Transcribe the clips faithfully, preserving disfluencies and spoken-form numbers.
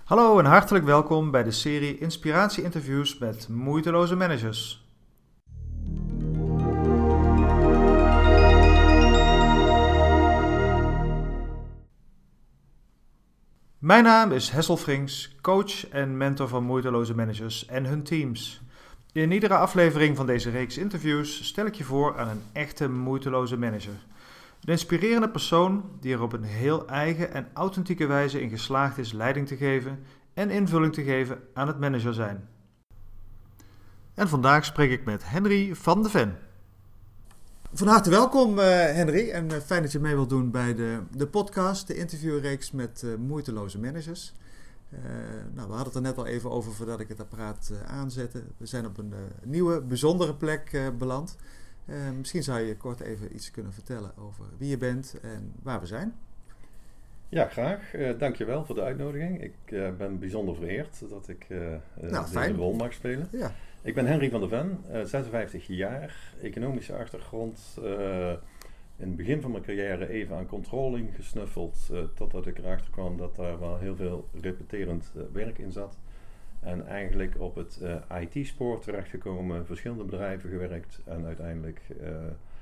Hallo en hartelijk welkom bij de serie Inspiratie-interviews met moeiteloze managers. Mijn naam is Hessel Frings, coach en mentor van moeiteloze managers en hun teams. In iedere aflevering van deze reeks interviews stel ik je voor aan een echte moeiteloze manager. Een inspirerende persoon die er op een heel eigen en authentieke wijze in geslaagd is leiding te geven en invulling te geven aan het manager zijn. En vandaag spreek ik met Henry van de Ven. Van harte welkom uh, Henry en uh, fijn dat je mee wilt doen bij de, de podcast, de interviewreeks met uh, moeiteloze managers. Uh, nou, we hadden het er net al even over voordat ik het apparaat uh, aanzette. We zijn op een uh, nieuwe, bijzondere plek uh, beland. Uh, misschien zou je kort even iets kunnen vertellen over wie je bent en waar we zijn. Ja, graag. Uh, dankjewel voor de uitnodiging. Ik uh, ben bijzonder vereerd dat ik uh, nou, deze fijn. rol mag spelen. Ja. Ik ben Henry van de Ven, uh, zesenvijftig jaar, economische achtergrond. Uh, in het begin van mijn carrière even aan controlling gesnuffeld, uh, totdat ik erachter kwam dat daar wel heel veel repeterend uh, werk in zat. En eigenlijk op het uh, I T-spoor terechtgekomen, verschillende bedrijven gewerkt en uiteindelijk uh,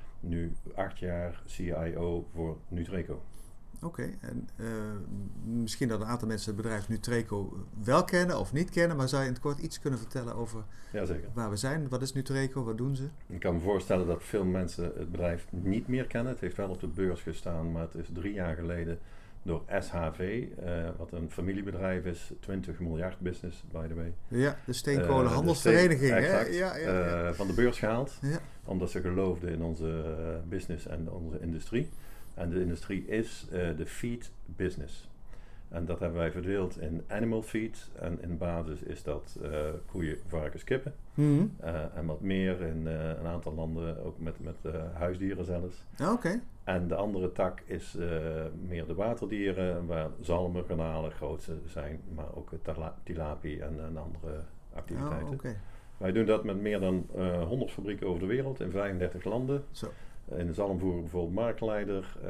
nu acht jaar C I O voor Nutreco. Oké, okay, en uh, misschien dat een aantal mensen het bedrijf Nutreco wel kennen of niet kennen, maar zou je in het kort iets kunnen vertellen over Jazeker. waar we zijn? Wat is Nutreco? Wat doen ze? Ik kan me voorstellen dat veel mensen het bedrijf niet meer kennen. Het heeft wel op de beurs gestaan, maar het is drie jaar geleden door S H V, uh, wat een familiebedrijf is, twintig miljard business, by the way. Ja, de Steenkolenhandelsvereniging. Uh, Hè? Ja, ja, ja. Uh, van de beurs gehaald, ja. omdat ze geloofden in onze uh, business en onze industrie. En de industrie is uh, de feed business. En dat hebben wij verdeeld in animal feed. En in basis is dat uh, koeien, varkens, kippen. Mm-hmm. Uh, en wat meer in uh, een aantal landen, ook met, met uh, huisdieren zelfs. Oké. Okay. En de andere tak is uh, meer de waterdieren, waar zalmen, garnalen grootste zijn. Maar ook tala- tilapie en, en andere activiteiten. Oh, okay. Wij doen dat met meer dan uh, honderd fabrieken over de wereld in vijfendertig landen. Zo. In de zalmvoer bijvoorbeeld marktleider. Uh,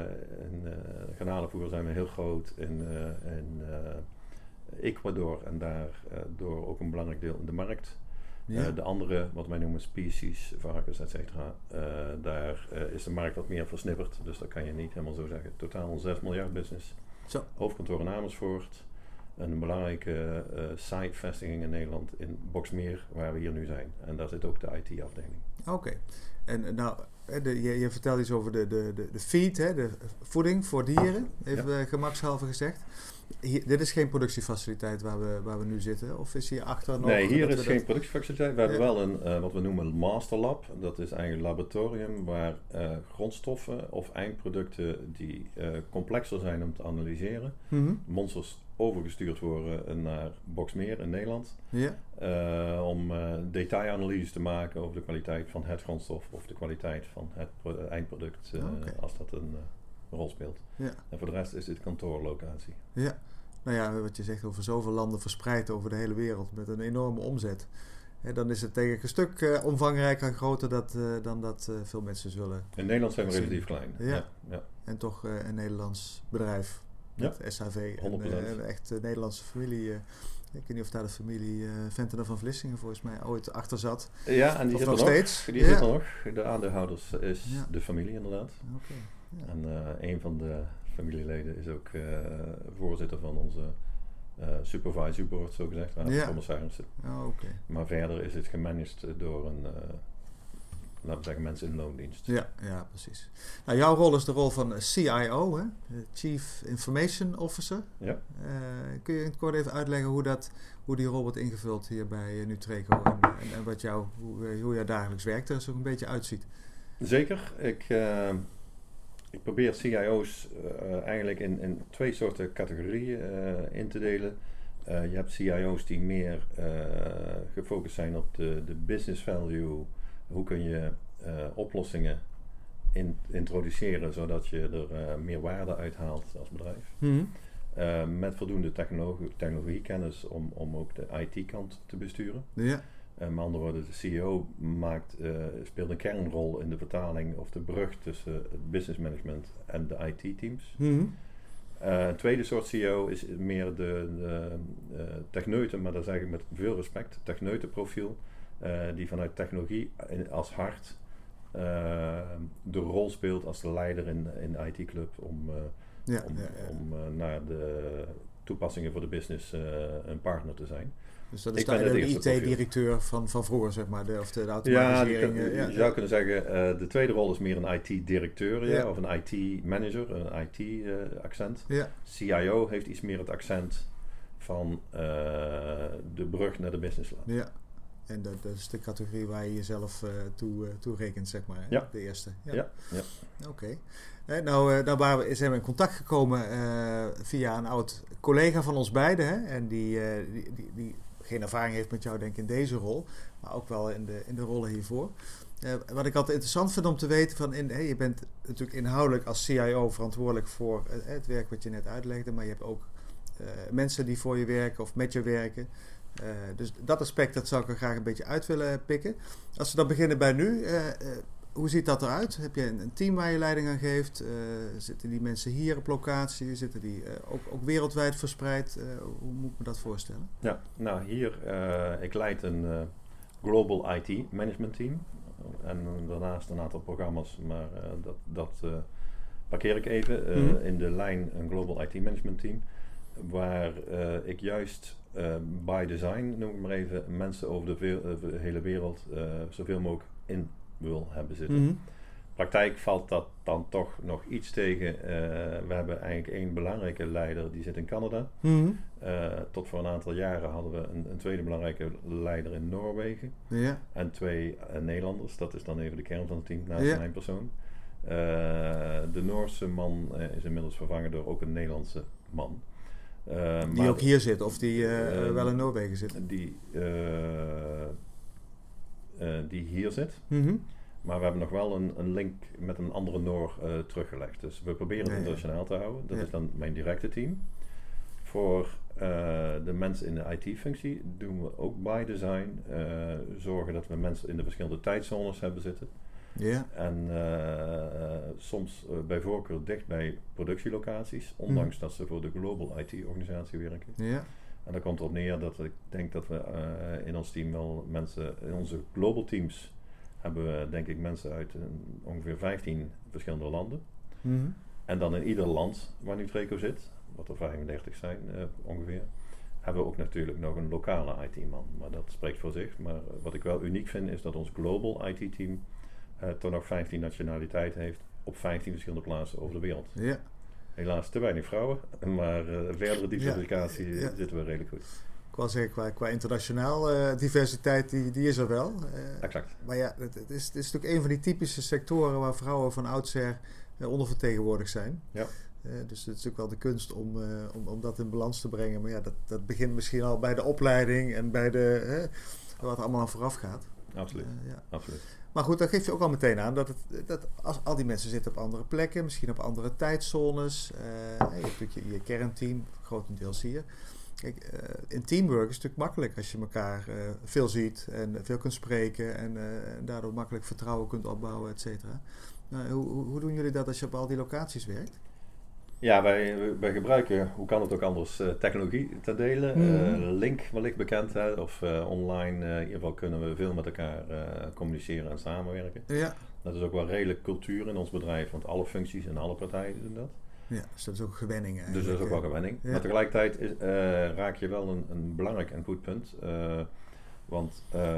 in uh, garnalenvoer zijn we heel groot. In, uh, in uh, Ecuador en daardoor uh, ook een belangrijk deel in de markt. Ja. Uh, de andere, wat wij noemen species, varkens, et cetera. Uh, daar uh, is de markt wat meer versnipperd. Dus dat kan je niet helemaal zo zeggen. Totaal een zes miljard business. Zo. Hoofdkantoor in Amersfoort. En een belangrijke uh, site-vestiging in Nederland in Boxmeer, waar we hier nu zijn. En daar zit ook de I T-afdeling. Oké. Okay. En nou, de, je, je vertelt iets over de, de, de, de feed, hè, de voeding voor dieren, even ja. uh, gemakshalve gezegd. Hier, dit is geen productiefaciliteit waar we, waar we nu zitten, of is hier achter nog? Nee, hier is geen dat... productiefaciliteit. We ja. hebben wel een, uh, wat we noemen een masterlab. Dat is eigenlijk een laboratorium waar uh, grondstoffen of eindproducten die uh, complexer zijn om te analyseren, mm-hmm. monsters overgestuurd worden naar Boxmeer in Nederland. Ja. Uh, om uh, detailanalyses te maken over de kwaliteit van het grondstof of de kwaliteit van het pro- eindproduct, uh, okay. als dat een uh, rol speelt. Ja. En voor de rest is dit kantoorlocatie. Ja, nou ja, wat je zegt over zoveel landen verspreid over de hele wereld met een enorme omzet. Hè, dan is het denk ik een stuk uh, omvangrijker en groter dat, uh, dan dat uh, veel mensen zullen. In Nederland zijn we zien. relatief klein. Ja. Ja, ja. En toch uh, een Nederlands bedrijf. Met ja. S H V. honderd procent. En, uh, een echt uh, Nederlandse familie. Uh, ik weet niet of daar de familie uh, Ventenen van Vlissingen volgens mij ooit achter zat. Ja, en die zit er nog steeds. Die ja. zit er nog. De aandeelhouders is ja. de familie inderdaad. Okay. Ja. En uh, een van de familieleden is ook uh, voorzitter van onze uh, supervisory board, zo gezegd, raad van commissarissen. Oh, okay. Maar verder is het gemanaged door een, uh, laten we zeggen, mensen in loondienst. Ja, ja, precies. Nou, jouw rol is de rol van C I O, hè? Chief Information Officer. Ja. Uh, kun je in het kort even uitleggen hoe, dat, hoe die rol wordt ingevuld hier bij uh, Nutreco en, en, en wat jou, hoe, hoe jouw dagelijks werk er zo een beetje uitziet? Zeker. Ik... Uh, Ik probeer C I O's uh, eigenlijk in, in twee soorten categorieën uh, in te delen. Uh, je hebt C I O's die meer uh, gefocust zijn op de, de business value. Hoe kun je uh, oplossingen in, introduceren zodat je er uh, meer waarde uithaalt als bedrijf. Mm-hmm. Uh, met voldoende technologie, technologiekennis om, om ook de I T-kant te besturen. Ja. Uh, met andere woorden, de C I O maakt, uh, speelt een kernrol in de vertaling of de brug tussen het business management en de I T-teams. Mm-hmm. Uh, een tweede soort C I O is meer de, de uh, techneuten, maar dat zeg ik met veel respect, techneutenprofiel, uh, die vanuit technologie als hart uh, de rol speelt als de leider in, in de I T-club om, uh, ja, om, ja, ja. om uh, naar de toepassingen voor de business uh, een partner te zijn. Dus dat is de, de I T-directeur van, van vroeger, zeg maar, de, of de, de automatisering. Ja, je, ja, je zou kunnen zeggen, uh, de tweede rol is meer een I T-directeur, ja, ja, of een I T-manager, een I T-accent. Uh, ja. C I O heeft iets meer het accent van uh, de brug naar de businessland. Ja, en dat, dat is de categorie waar je jezelf uh, toe, uh, toe rekent, zeg maar, ja. De eerste. Ja, ja. ja. Oké. Okay. Eh, nou, uh, nou waren we, zijn we in contact gekomen uh, via een oud collega van ons beiden, hè? En die... Uh, die, die, die geen ervaring heeft met jou, denk ik, in deze rol, maar ook wel in de, in de rollen hiervoor. Uh, wat ik altijd interessant vind om te weten, van in, hey, je bent natuurlijk inhoudelijk als C I O verantwoordelijk voor uh, het werk wat je net uitlegde, maar je hebt ook uh, mensen die voor je werken of met je werken. Uh, dus dat aspect, dat zou ik er graag een beetje uit willen pikken. Als we dan beginnen bij nu, uh, uh, hoe ziet dat eruit? Heb je een, een team waar je leiding aan geeft? Uh, zitten die mensen hier op locatie? Zitten die uh, ook, ook wereldwijd verspreid? Uh, hoe moet ik me dat voorstellen? Ja, nou hier, uh, ik leid een uh, Global I T Management Team. En daarnaast een aantal programma's, maar uh, dat, dat uh, parkeer ik even. Uh, mm-hmm. In de lijn een Global I T Management Team. Waar uh, ik juist uh, by design, noem ik maar even, mensen over de, veel, uh, de hele wereld uh, zoveel mogelijk in wil hebben zitten. Mm-hmm. Praktijk valt dat dan toch nog iets tegen. Uh, we hebben eigenlijk één belangrijke leider, die zit in Canada. Mm-hmm. Uh, tot voor een aantal jaren hadden we een, een tweede belangrijke leider in Noorwegen. Ja. En twee uh, Nederlanders. Dat is dan even de kern van het team, naast ja. mijn persoon. Uh, de Noorse man uh, is inmiddels vervangen door ook een Nederlandse man. Uh, die maar, ook hier zit, of die uh, uh, wel in Noorwegen zit? Die, uh, uh, die hier zit. Mm-hmm. Maar we hebben nog wel een, een link met een andere Noor uh, teruggelegd. Dus we proberen het ja, internationaal ja. te houden. Dat ja. is dan mijn directe team. Voor uh, de mensen in de I T-functie doen we ook by design. Uh, zorgen dat we mensen in de verschillende tijdzones hebben zitten. Ja. En uh, soms uh, bij voorkeur dicht bij productielocaties. Ondanks mm. dat ze voor de Global I T-organisatie werken. Ja. En dat komt erop neer dat ik denk dat we uh, in ons team wel mensen... In onze global teams hebben we denk ik mensen uit uh, ongeveer vijftien verschillende landen. Mm-hmm. En dan in ieder land waar Nutreco zit, wat er vijfendertig zijn uh, ongeveer, hebben we ook natuurlijk nog een lokale I T-man. Maar dat spreekt voor zich. Maar uh, wat ik wel uniek vind is dat ons global I T-team uh, toch nog vijftien nationaliteiten heeft op vijftien verschillende plaatsen over de wereld. Ja. Helaas te weinig vrouwen, maar uh, verdere diversificatie ja, ja. zitten we redelijk goed. Ik wil zeggen, qua, qua internationaal uh, diversiteit, die, die is er wel. Uh, exact. Maar ja, het, het, is, het is natuurlijk een van die typische sectoren waar vrouwen van oudsher uh, ondervertegenwoordigd zijn. Ja. Uh, dus het is natuurlijk wel de kunst om, uh, om, om dat in balans te brengen. Maar ja, dat, dat begint misschien al bij de opleiding en bij de, uh, wat er allemaal aan vooraf gaat. Absoluut. Uh, ja. Absoluut. Maar goed, dan geef je ook al meteen aan dat, het, dat als al die mensen zitten op andere plekken, misschien op andere tijdzones. Uh, je hebt natuurlijk je, je kernteam, grotendeels hier. Kijk, uh, in teamwork is het natuurlijk makkelijk als je elkaar uh, veel ziet en veel kunt spreken en, uh, en daardoor makkelijk vertrouwen kunt opbouwen, et cetera. Uh, hoe, hoe doen jullie dat als je op al die locaties werkt? Ja, wij, wij gebruiken, hoe kan het ook anders, uh, technologie te delen. Mm-hmm. Uh, Link wellicht bekend, hè, of uh, online. Uh, in ieder geval kunnen we veel met elkaar uh, communiceren en samenwerken. Ja. Dat is ook wel redelijk cultuur in ons bedrijf, want alle functies en alle partijen doen dat. Ja, dus dat is ook gewenning eigenlijk. Dus dat is ook wel gewenning. Ja. Maar tegelijkertijd is, uh, raak je wel een, een belangrijk en goed punt. Uh, want uh,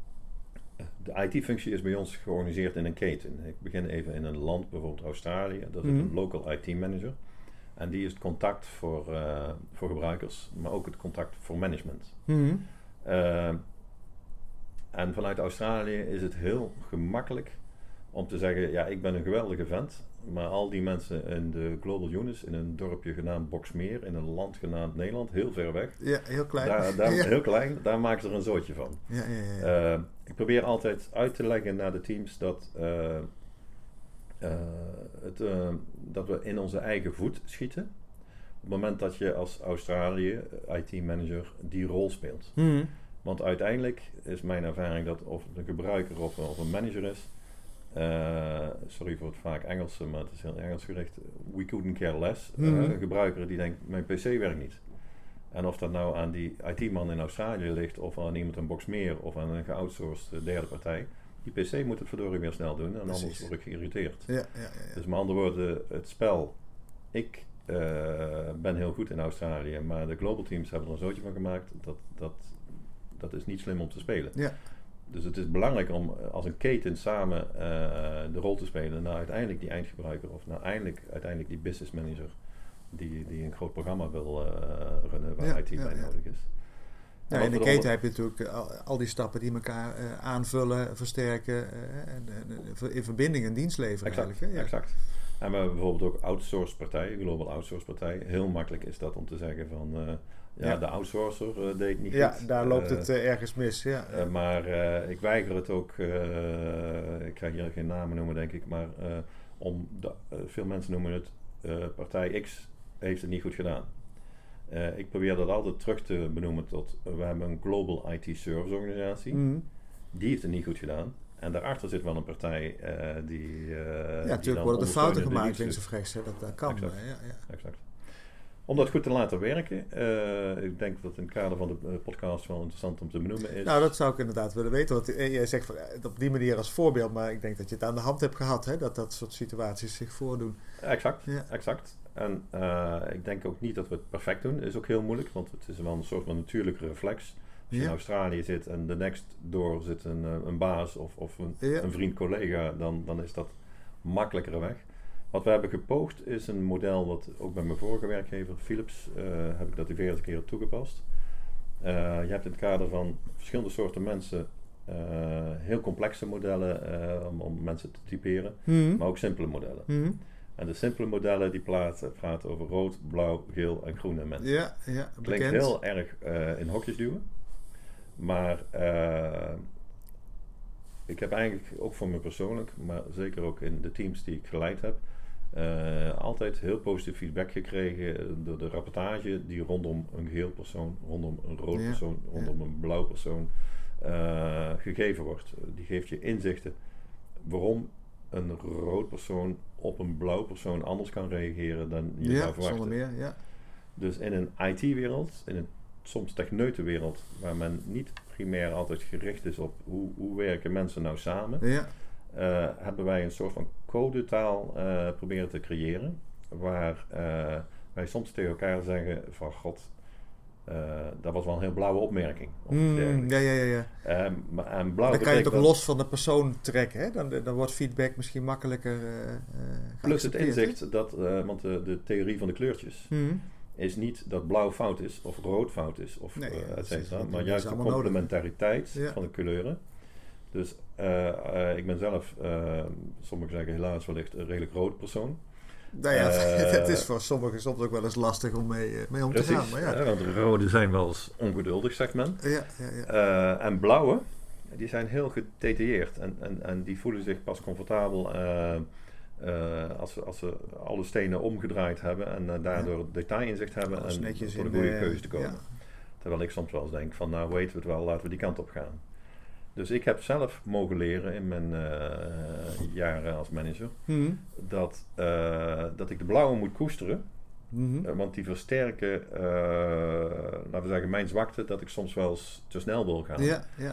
de I T-functie is bij ons georganiseerd in een keten. Ik begin even in een land, bijvoorbeeld Australië. Daar zit mm. een local I T-manager. En die is het contact voor, uh, voor gebruikers, maar ook het contact voor management. Mm. Uh, en vanuit Australië is het heel gemakkelijk om te zeggen, ja, ik ben een geweldige vent. Maar al die mensen in de Global Units, in een dorpje genaamd Boxmeer, in een land genaamd Nederland, heel ver weg. Ja, heel klein. Daar, daar, ja. Heel klein, daar maken ze er een zootje van. Ja, ja, ja. Uh, ik probeer altijd uit te leggen naar de teams dat, uh, uh, het, uh, dat we in onze eigen voet schieten. Op het moment dat je als Australië, I T-manager, die rol speelt. Mm. Want uiteindelijk is mijn ervaring dat of het een gebruiker of, of een manager is, Uh, sorry voor het vaak Engelse, maar het is heel Engels gericht. We couldn't care less. Mm-hmm. Uh, een gebruiker die denkt, mijn pc werkt niet. En of dat nou aan die I T-man in Australië ligt, of aan iemand in Boxmeer, of aan een geoutsourced derde partij. Die pc moet het verdorie weer snel doen, en Precies. anders word ik geïrriteerd. Ja, ja, ja, ja. Dus met andere woorden, het spel. Ik uh, ben heel goed in Australië, maar de global teams hebben er een zootje van gemaakt. Dat, dat, dat is niet slim om te spelen. Ja. Dus het is belangrijk om als een keten samen uh, de rol te spelen naar uiteindelijk die eindgebruiker of naar eindelijk, uiteindelijk die business manager die, die een groot programma wil uh, runnen waar ja, I T ja, bij ja. nodig is. Ja, in de keten heb je natuurlijk al, al die stappen die elkaar uh, aanvullen, versterken uh, en, en in verbinding een dienst leveren. Exact, eigenlijk. Hè? Ja. exact. En we hebben bijvoorbeeld ook outsource partijen, global outsource partij. Heel makkelijk is dat om te zeggen van uh, ja, ja, de outsourcer uh, deed niet ja, goed. Ja, daar loopt uh, het uh, ergens mis. Ja. Uh, maar uh, ik weiger het ook, uh, ik ga hier geen namen noemen denk ik, maar uh, om de, uh, veel mensen noemen het uh, partij X heeft het niet goed gedaan. Uh, ik probeer dat altijd terug te benoemen tot, uh, we hebben een Global I T Service organisatie, Mm. die heeft het niet goed gedaan. En daarachter zit wel een partij uh, die... Uh, ja, die natuurlijk worden er fouten gemaakt links of rechts. Hè. Dat, dat kan. Exact. Uh, ja, ja. exact. Om dat goed te laten werken, uh, ik denk dat in het kader van de uh, podcast wel interessant om te benoemen is. Nou, dat zou ik inderdaad willen weten. Want uh, jij zegt van, uh, op die manier als voorbeeld, maar ik denk dat je het aan de hand hebt gehad, hè, dat dat soort situaties zich voordoen. Exact, ja. exact. En uh, ik denk ook niet dat we het perfect doen. Dat is ook heel moeilijk, want het is wel een soort van natuurlijke reflex. Als je ja. in Australië zit en de next door zit een, een baas of, of een, ja. een vriend, collega, dan, dan is dat makkelijker weg. Wat we hebben gepoogd is een model wat ook bij mijn vorige werkgever, Philips, uh, heb ik dat diverse keren toegepast. Uh, je hebt in het kader van verschillende soorten mensen uh, heel complexe modellen uh, om, om mensen te typeren, mm-hmm. maar ook simpele modellen. Mm-hmm. En de simpele modellen die praten, praten over rood, blauw, geel en groene mensen. Ja, ja, klinkt heel erg uh, in hokjes duwen. Maar uh, ik heb eigenlijk ook voor me persoonlijk, maar zeker ook in de teams die ik geleid heb, uh, altijd heel positief feedback gekregen door de rapportage die rondom een geel persoon, rondom een rood ja, persoon, rondom ja. een blauw persoon uh, gegeven wordt. Die geeft je inzichten waarom een rood persoon op een blauw persoon anders kan reageren dan je ja, zou verwachten. Zonder meer, ja. Dus in een I T-wereld, in een soms techneute wereld, waar men niet primair altijd gericht is op hoe, hoe werken mensen nou samen, ja. uh, hebben wij een soort van codetaal uh, proberen te creëren, waar uh, wij soms tegen elkaar zeggen van god, uh, dat was wel een heel blauwe opmerking. Mm, ja, ja, ja. ja. Um, maar, en blauw dan kan je het ook dat, los van de persoon trekken, hè? Dan, dan wordt feedback misschien makkelijker uh, plus het inzicht, he? dat, uh, want de, de theorie van de kleurtjes, mm. is niet dat blauw fout is of rood fout is of nee, uh, et cetera, maar juist de complementariteit ja. van de kleuren. Dus uh, uh, ik ben zelf, uh, sommigen zeggen helaas wellicht een redelijk rood persoon. Nou ja, uh, het is voor sommigen soms ook wel eens lastig om mee, uh, mee om precies, te gaan. Maar ja. uh, want rode zijn wel eens ongeduldig, zegt men. Ja, ja, ja. Uh, en blauwe, die zijn heel gedetailleerd en, en, en die voelen zich pas comfortabel uh, Uh, als, ze, als ze alle stenen omgedraaid hebben en uh, daardoor ja. detailinzicht hebben en voor de goede keuze te komen. Ja. Terwijl ik soms wel eens denk van nou weten we het wel, laten we die kant op gaan. Dus ik heb zelf mogen leren in mijn uh, jaren als manager mm-hmm. dat, uh, dat ik de blauwe moet koesteren. Mm-hmm. Uh, want die versterken, uh, laten we zeggen, mijn zwakte dat ik soms wel eens te snel wil gaan. Ja, ja.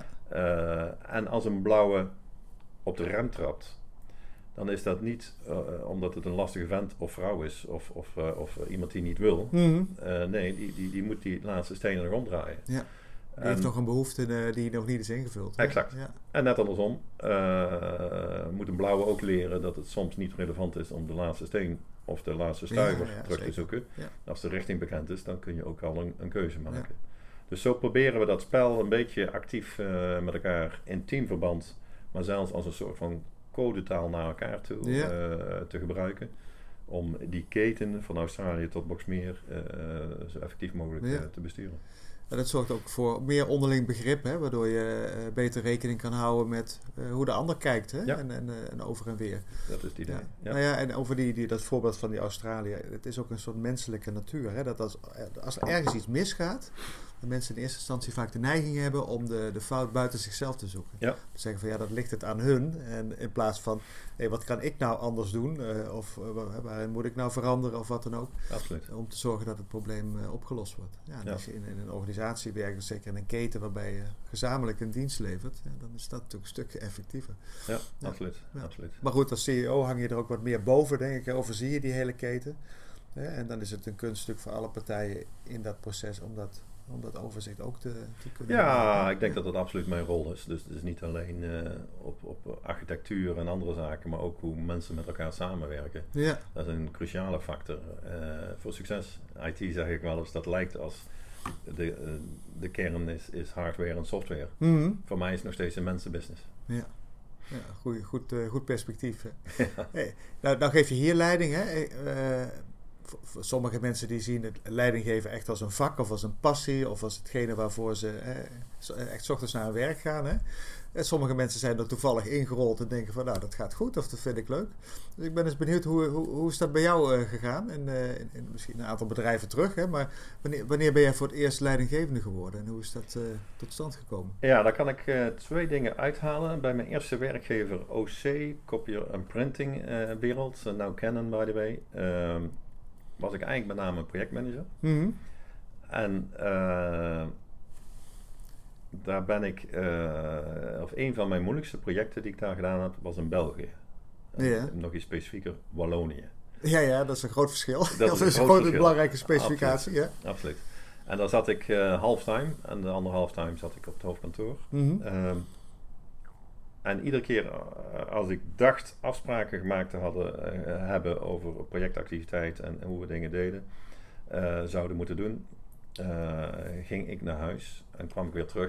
Uh, en als een blauwe op de rem trapt, dan is dat niet uh, omdat het een lastige vent of vrouw is of, of, uh, of uh, iemand die niet wil. Mm-hmm. Uh, nee, die, die, die moet die laatste stenen nog omdraaien. Ja. Die en, heeft nog een behoefte uh, die nog niet is ingevuld. Exact. Ja. En net andersom uh, moet een blauwe ook leren dat het soms niet relevant is om de laatste steen of de laatste stuiver ja, ja, terug zeker. te zoeken. Ja. Als de richting bekend is, dan kun je ook al een, een keuze maken. Ja. Dus zo proberen we dat spel een beetje actief uh, met elkaar in teamverband, maar zelfs als een soort van codetaal naar elkaar toe ja. uh, te gebruiken. Om die keten van Australië tot Boxmeer uh, zo effectief mogelijk ja. uh, te besturen. En dat zorgt ook voor meer onderling begrip, hè, waardoor je uh, beter rekening kan houden met uh, hoe de ander kijkt. Hè? Ja. En, en, uh, en over en weer. Dat is het idee. Ja. Ja. Nou ja, en over die, die, dat voorbeeld van die Australië. Het is ook een soort menselijke natuur. Hè? Dat als, als er ergens iets misgaat, dat mensen in eerste instantie vaak de neiging hebben om de, de fout buiten zichzelf te zoeken. Ja. Te zeggen van ja, dat ligt het aan hun. En in plaats van, hé, wat kan ik nou anders doen? Uh, of uh, waarin moet ik nou veranderen of wat dan ook. Absoluut. Om te zorgen dat het probleem uh, opgelost wordt. Ja, Ja. Als je in, in een organisatie werkt, zeker in een keten waarbij je gezamenlijk een dienst levert, ja, dan is dat natuurlijk een stukje effectiever. Ja, Ja. absoluut. Ja. absoluut. Maar goed, als C E O hang je er ook wat meer boven, denk ik. Overzie je die hele keten. Ja, en dan is het een kunststuk voor alle partijen in dat proces om dat, om dat overzicht ook te, te kunnen Ja, maken. ik denk dat dat absoluut mijn rol is. Dus het is niet alleen uh, op, op architectuur en andere zaken, maar ook hoe mensen met elkaar samenwerken. Ja. Dat is een cruciale factor uh, voor succes. I T zeg ik wel eens, dat lijkt als de, uh, de kern is, is hardware en software. Mm-hmm. Voor mij is het nog steeds een mensenbusiness. Ja. Ja, goed, goed, uh, goed perspectief. Hè. Ja. Hey, nou, nou geef je hier leiding. Hè. Uh, voor, voor sommige mensen die zien het leiding geven echt als een vak of als een passie of als hetgene waarvoor ze eh, echt 's ochtends naar hun werk gaan. Hè. En sommige mensen zijn er toevallig ingerold en denken van nou dat gaat goed of dat vind ik leuk. Dus ik ben eens benieuwd hoe, hoe, hoe is dat bij jou uh, gegaan? En, uh, in, in misschien een aantal bedrijven terug. Hè, maar wanneer, wanneer ben jij voor het eerst leidinggevende geworden en hoe is dat uh, tot stand gekomen? Ja, daar kan ik uh, twee dingen uithalen. Bij mijn eerste werkgever O C, Copier and Printing uh, wereld, uh, nou Canon by the way, uh, was ik eigenlijk met name een projectmanager. Mm-hmm. En uh, daar ben ik, uh, of een van mijn moeilijkste projecten die ik daar gedaan heb, was in België. Ja. Nog iets specifieker, Wallonië. Ja, ja, dat is een groot verschil. Dat, Dat is, is is een gewoon groot een belangrijke specificatie. Absoluut. Ja. Absoluut. En daar zat ik uh, halftime en de andere halftime zat ik op het hoofdkantoor. Mm-hmm. Um, en iedere keer uh, als ik dacht afspraken gemaakt te hadden, uh, hebben over projectactiviteit en, en hoe we dingen deden, uh, zouden moeten doen, uh, ging ik naar huis en kwam ik weer terug.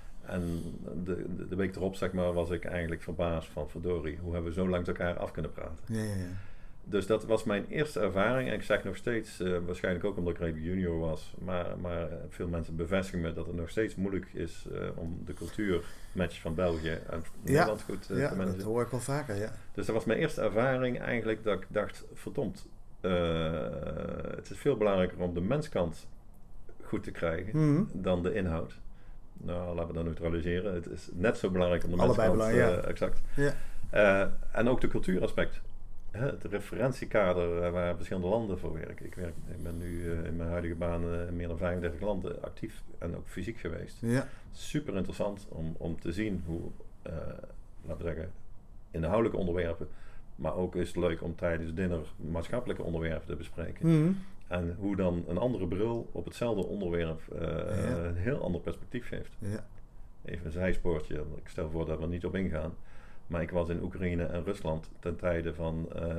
En de, de, de week erop, zeg maar, was ik eigenlijk verbaasd van verdorie, hoe hebben we zo lang met elkaar af kunnen praten. Ja, ja, ja. Dus dat was mijn eerste ervaring. En ik zeg nog steeds, uh, waarschijnlijk ook omdat ik redelijk junior was, maar, maar veel mensen bevestigen me dat het nog steeds moeilijk is uh, om de cultuurmatch van België en Nederland ja, goed uh, ja, te managen. dat hoor ik wel vaker, ja. Dus dat was mijn eerste ervaring eigenlijk dat ik dacht, verdomd, uh, het is veel belangrijker om de menskant goed te krijgen Mm-hmm. dan de inhoud. Nou, laten we dat neutraliseren. Het is net zo belangrijk om de Allebei menskant, belangrijk, uh, ja. exact. Ja. Uh, en ook de cultuuraspect. Het referentiekader uh, waar verschillende landen voor werken. Ik, werk, ik ben nu uh, in mijn huidige baan uh, in meer dan vijfendertig landen actief en ook fysiek geweest. Ja. Super interessant om, om te zien hoe, uh, laten we zeggen, inhoudelijke onderwerpen, maar ook is het leuk om tijdens dinner maatschappelijke onderwerpen te bespreken. Mm-hmm. En hoe dan een andere bril op hetzelfde onderwerp uh, ja. een heel ander perspectief geeft. Ja. Even een zijspoortje, ik stel voor dat we er niet op ingaan. Maar ik was in Oekraïne en Rusland ten tijde van, uh,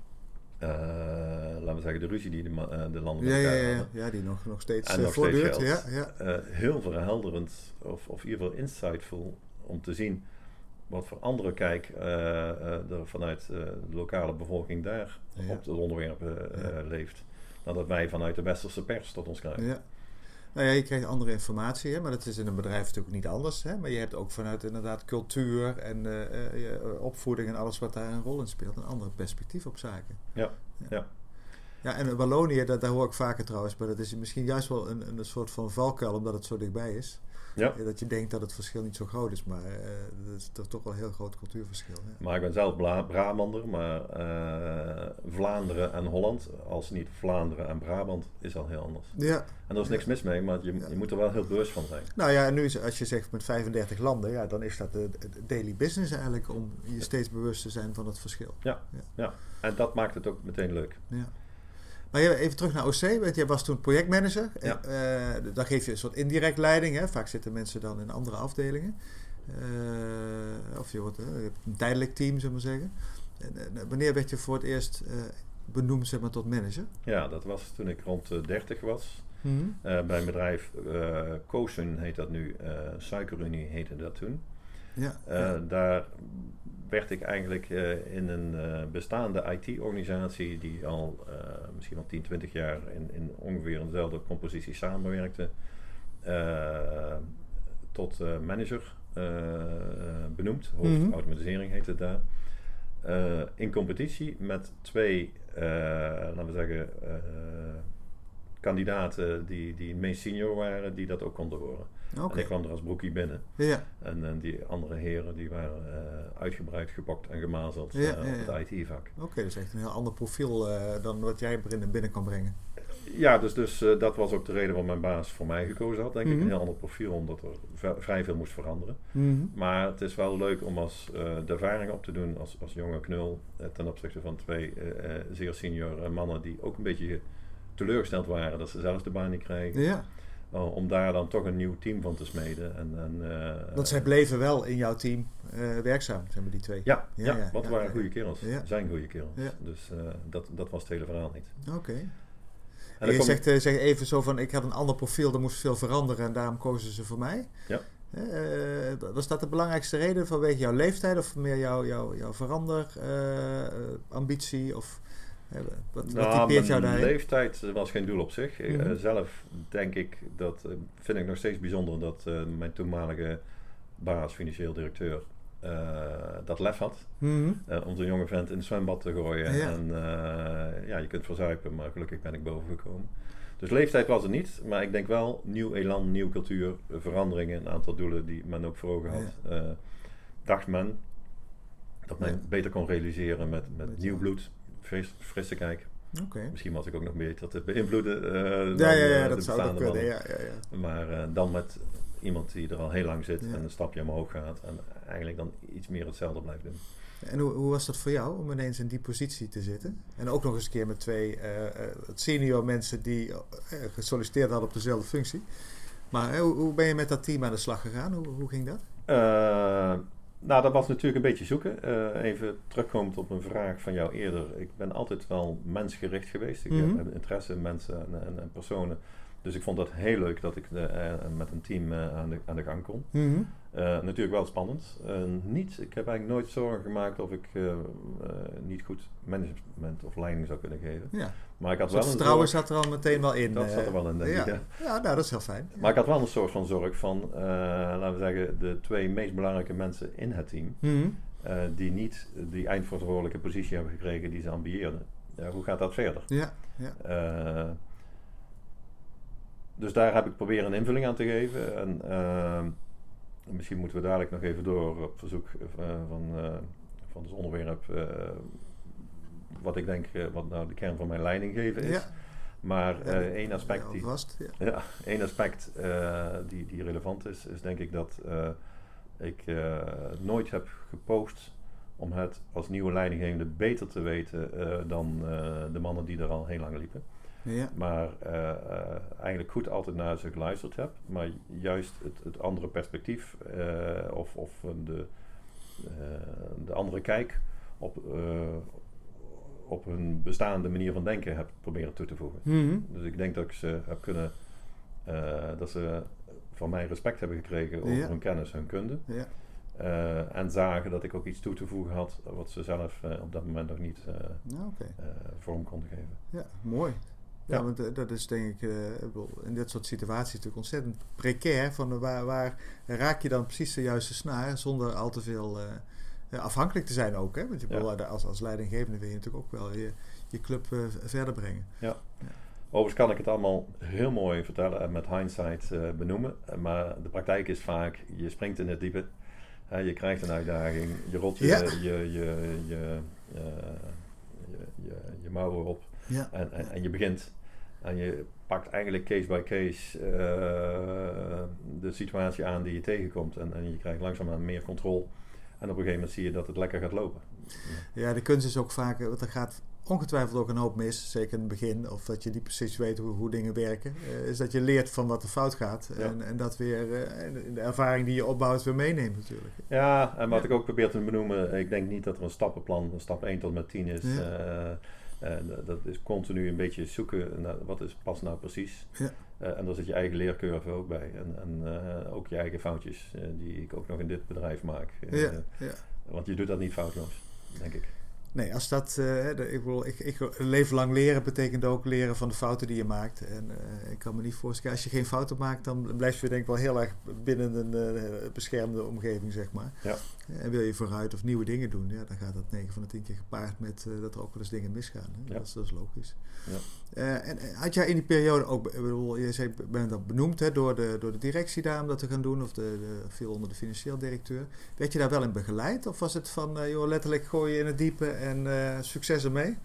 uh, laten we zeggen, de ruzie die de, uh, de landen met Ja, ja, elkaar ja, hadden. ja, die nog, nog steeds En uh, nog voortduurt. steeds Ja, geldt. ja. Uh, heel verhelderend, of, of in ieder geval insightful, om te zien wat voor andere kijk uh, uh, er vanuit uh, de lokale bevolking daar Ja. op de onderwerpen uh, Ja. leeft. Dan dat wij vanuit de westerse pers tot ons krijgen. Ja. Nou ja, je krijgt andere informatie, hè, maar dat is in een bedrijf natuurlijk niet anders. Hè, maar je hebt ook vanuit inderdaad cultuur en uh, uh, opvoeding en alles wat daar een rol in speelt, een ander perspectief op zaken. Ja, ja. ja. Ja, en Wallonië, dat, daar hoor ik vaker trouwens, maar dat is misschien juist wel een, een soort van valkuil, omdat het zo dichtbij is. Ja. Dat je denkt dat het verschil niet zo groot is, maar uh, dat is toch, toch wel een heel groot cultuurverschil. Ja. Maar ik ben zelf Bla- Brabander, maar uh, Vlaanderen en Holland, als niet Vlaanderen en Brabant, is al heel anders. Ja. En er is niks ja. mis mee, maar je, ja. je moet er wel heel bewust van zijn. Nou ja, en nu is, als je zegt met vijfendertig landen, ja, dan is dat de, de daily business eigenlijk om je steeds bewust te zijn van het verschil. Ja, ja. ja. En dat maakt het ook meteen leuk. Ja. Maar even terug naar O C, want jij was toen projectmanager. Ja. En, uh, dan geef je een soort indirect leiding. Hè? Vaak zitten mensen dan in andere afdelingen. Uh, of je, wordt, uh, je hebt een tijdelijk team, zullen we maar zeggen. En, uh, wanneer werd je voor het eerst uh, benoemd, zeg maar, tot manager? Ja, dat was toen ik rond uh, dertig was. Mm-hmm. Uh, bij een bedrijf, uh, Kosun heet dat nu, uh, Suikerunie heette dat toen. Ja, uh, ja. Daar werd ik eigenlijk uh, in een uh, bestaande I T-organisatie die al uh, misschien wel tien, twintig jaar in, in ongeveer dezelfde compositie samenwerkte, uh, tot uh, manager uh, benoemd. Hoofd Mm-hmm. automatisering heette het daar. Uh, in competitie met twee, uh, laten we zeggen, uh, kandidaten die, die het meest senior waren, die dat ook konden horen. Okay. En ik kwam er als broekie binnen. Ja. En, en die andere heren die waren uh, uitgebreid gebokt en gemazeld ja, uh, ja, ja. op het I T-vak. Oké, okay, dat is echt een heel ander profiel uh, dan wat jij binnen, binnen kan brengen. Ja, dus, dus uh, dat was ook de reden waarom mijn baas voor mij gekozen had, denk mm-hmm. ik. Een heel ander profiel, omdat er v- vrij veel moest veranderen. Mm-hmm. Maar het is wel leuk om als, uh, de ervaring op te doen als, als jonge knul uh, ten opzichte van twee uh, uh, zeer senior uh, mannen die ook een beetje teleurgesteld waren dat ze zelfs de baan niet kregen. Ja. Uh, om daar dan toch een nieuw team van te smeden. En, en, uh, Want zij bleven wel in jouw team uh, werkzaam, zeg maar die twee. Ja, ja, ja, ja want ja, waren ja, goede kerels. Ja. Zijn goede kerels. Ja. Dus uh, dat, dat was het hele verhaal niet. Oké. Okay. En en je kom... zegt, uh, zeg even zo van, ik had een ander profiel, er moest veel veranderen en daarom kozen ze voor mij. Ja. Uh, was dat de belangrijkste reden vanwege jouw leeftijd of meer jouw, jouw, jouw veranderambitie? Uh, of uh, wat, nou, wat typeert jou mijn daarin? leeftijd was geen doel op zich. Mm-hmm. Uh, zelf denk ik, dat uh, vind ik nog steeds bijzonder dat uh, mijn toenmalige baas, financieel directeur, Uh, dat lef had mm-hmm. uh, om zo'n jonge vent in het zwembad te gooien. Ja. En uh, ja, je kunt verzuipen, maar gelukkig ben ik boven gekomen. Dus leeftijd was het niet, maar ik denk wel nieuw elan, nieuw cultuur, veranderingen, een aantal doelen die men ook voor ogen had. Ja. Uh, dacht men dat men ja. beter kon realiseren met, met, met nieuw bloed, fris, frisse kijk. Okay. Misschien was ik ook nog beter te beïnvloeden uh, ja, ja, ja, uh, dat zou ook kunnen. Ja, ja, ja. Maar uh, dan met iemand die er al heel lang zit ja. en een stapje omhoog gaat en eigenlijk dan iets meer hetzelfde blijft doen. En hoe, hoe was dat voor jou om ineens in die positie te zitten? En ook nog eens een keer met twee uh, uh, senior mensen die uh, gesolliciteerd hadden op dezelfde functie. Maar uh, hoe, hoe ben je met dat team aan de slag gegaan? Hoe, hoe ging dat? Uh, nou, dat was natuurlijk een beetje zoeken. Uh, even terugkomend op een vraag van jou eerder. Ik ben altijd wel mensgericht geweest. Ik mm-hmm. heb interesse in mensen en, en, en personen. Dus ik vond dat heel leuk dat ik uh, met een team uh, aan, de, aan de gang kon. Mm-hmm. Uh, natuurlijk wel spannend. Uh, niet, ik heb eigenlijk nooit zorgen gemaakt of ik uh, uh, niet goed management of leiding zou kunnen geven. Ja. Maar ik had dus wel een vertrouwen zorg, zat er al meteen wel in. Dat uh, zat er wel in, denk ja. ik. Ja, ja nou, dat is heel fijn. Maar ik had wel een soort van zorg van, uh, laten we zeggen, de twee meest belangrijke mensen in het team. Mm-hmm. Uh, die niet die eindverantwoordelijke positie hebben gekregen die ze ambieerden. Ja, hoe gaat dat verder? Ja, ja. Uh, dus daar heb ik proberen een invulling aan te geven. En uh, misschien moeten we dadelijk nog even door op verzoek uh, van, uh, van het onderwerp. Uh, wat ik denk, uh, wat nou de kern van mijn leiding geven is. Ja. Maar uh, één aspect, ja, die, vast, ja. Ja, één aspect uh, die, die relevant is, is denk ik dat uh, ik uh, nooit heb gepost om het als nieuwe leidinggevende beter te weten uh, dan uh, de mannen die er al heel lang liepen. Ja. Maar uh, uh, eigenlijk goed altijd naar ze geluisterd heb. Maar juist het, het andere perspectief uh, of, of de, uh, de andere kijk op, uh, op hun bestaande manier van denken heb proberen toe te voegen. Mm-hmm. Dus ik denk dat ik ze heb kunnen, uh, dat ze van mij respect hebben gekregen over ja. hun kennis, hun kunde. Ja. Uh, en zagen dat ik ook iets toe te voegen had wat ze zelf uh, op dat moment nog niet uh, nou, okay. uh, vorm konden geven. Ja, mooi. Ja, ja, want uh, dat is denk ik uh, in dit soort situaties natuurlijk ontzettend precair. Van waar, waar raak je dan precies de juiste snaar zonder al te veel uh, afhankelijk te zijn ook. Hè? Want je ja. als, als leidinggevende wil je natuurlijk ook wel je, je club uh, verder brengen. Ja. ja. Overigens kan ik het allemaal heel mooi vertellen en met hindsight uh, benoemen. Maar de praktijk is vaak, je springt in het diepe. Uh, je krijgt een uitdaging, je rolt je, ja. je, je, je, je, uh, je, je, je mouwen op ja. en, en, en je begint. En je pakt eigenlijk case by case uh, de situatie aan die je tegenkomt. En, en je krijgt langzaamaan meer controle. En op een gegeven moment zie je dat het lekker gaat lopen. Ja, ja de kunst is ook vaak, want er gaat ongetwijfeld ook een hoop mis, zeker in het begin. Of dat je niet precies weet hoe, hoe dingen werken. Uh, is dat je leert van wat er fout gaat. Ja. En, en dat weer, uh, de ervaring die je opbouwt weer meeneemt natuurlijk. Ja, en wat ja. ik ook probeer te benoemen. Ik denk niet dat er een stappenplan, een stap één tot en met tien is. Ja. Uh, uh, dat is continu een beetje zoeken naar wat is pas nou precies. Ja. Uh, en daar zit je eigen leercurve ook bij. En, en uh, ook je eigen foutjes uh, die ik ook nog in dit bedrijf maak. Uh, ja. Ja. Want je doet dat niet foutloos, denk ik. Nee, als dat, uh, ik, bedoel, ik, ik leven lang leren betekent ook leren van de fouten die je maakt. En uh, ik kan me niet voorstellen, als je geen fouten maakt, dan blijf je denk ik wel heel erg binnen een uh, beschermde omgeving, zeg maar. Ja. En wil je vooruit of nieuwe dingen doen, ja, dan gaat dat negen van de tien keer gepaard met uh, dat er ook wel eens dingen misgaan. Hè? Ja. Dat, is, dat is logisch. Ja. Uh, en had jij in die periode ook, ik bedoel, je zei, ben dat benoemd hè, door, de, door de directie daar om dat te gaan doen, of de, de, viel onder de financieel directeur. Werd je daar wel in begeleid? Of was het van, uh, joh, letterlijk gooi je in het diepe en uh, succes ermee?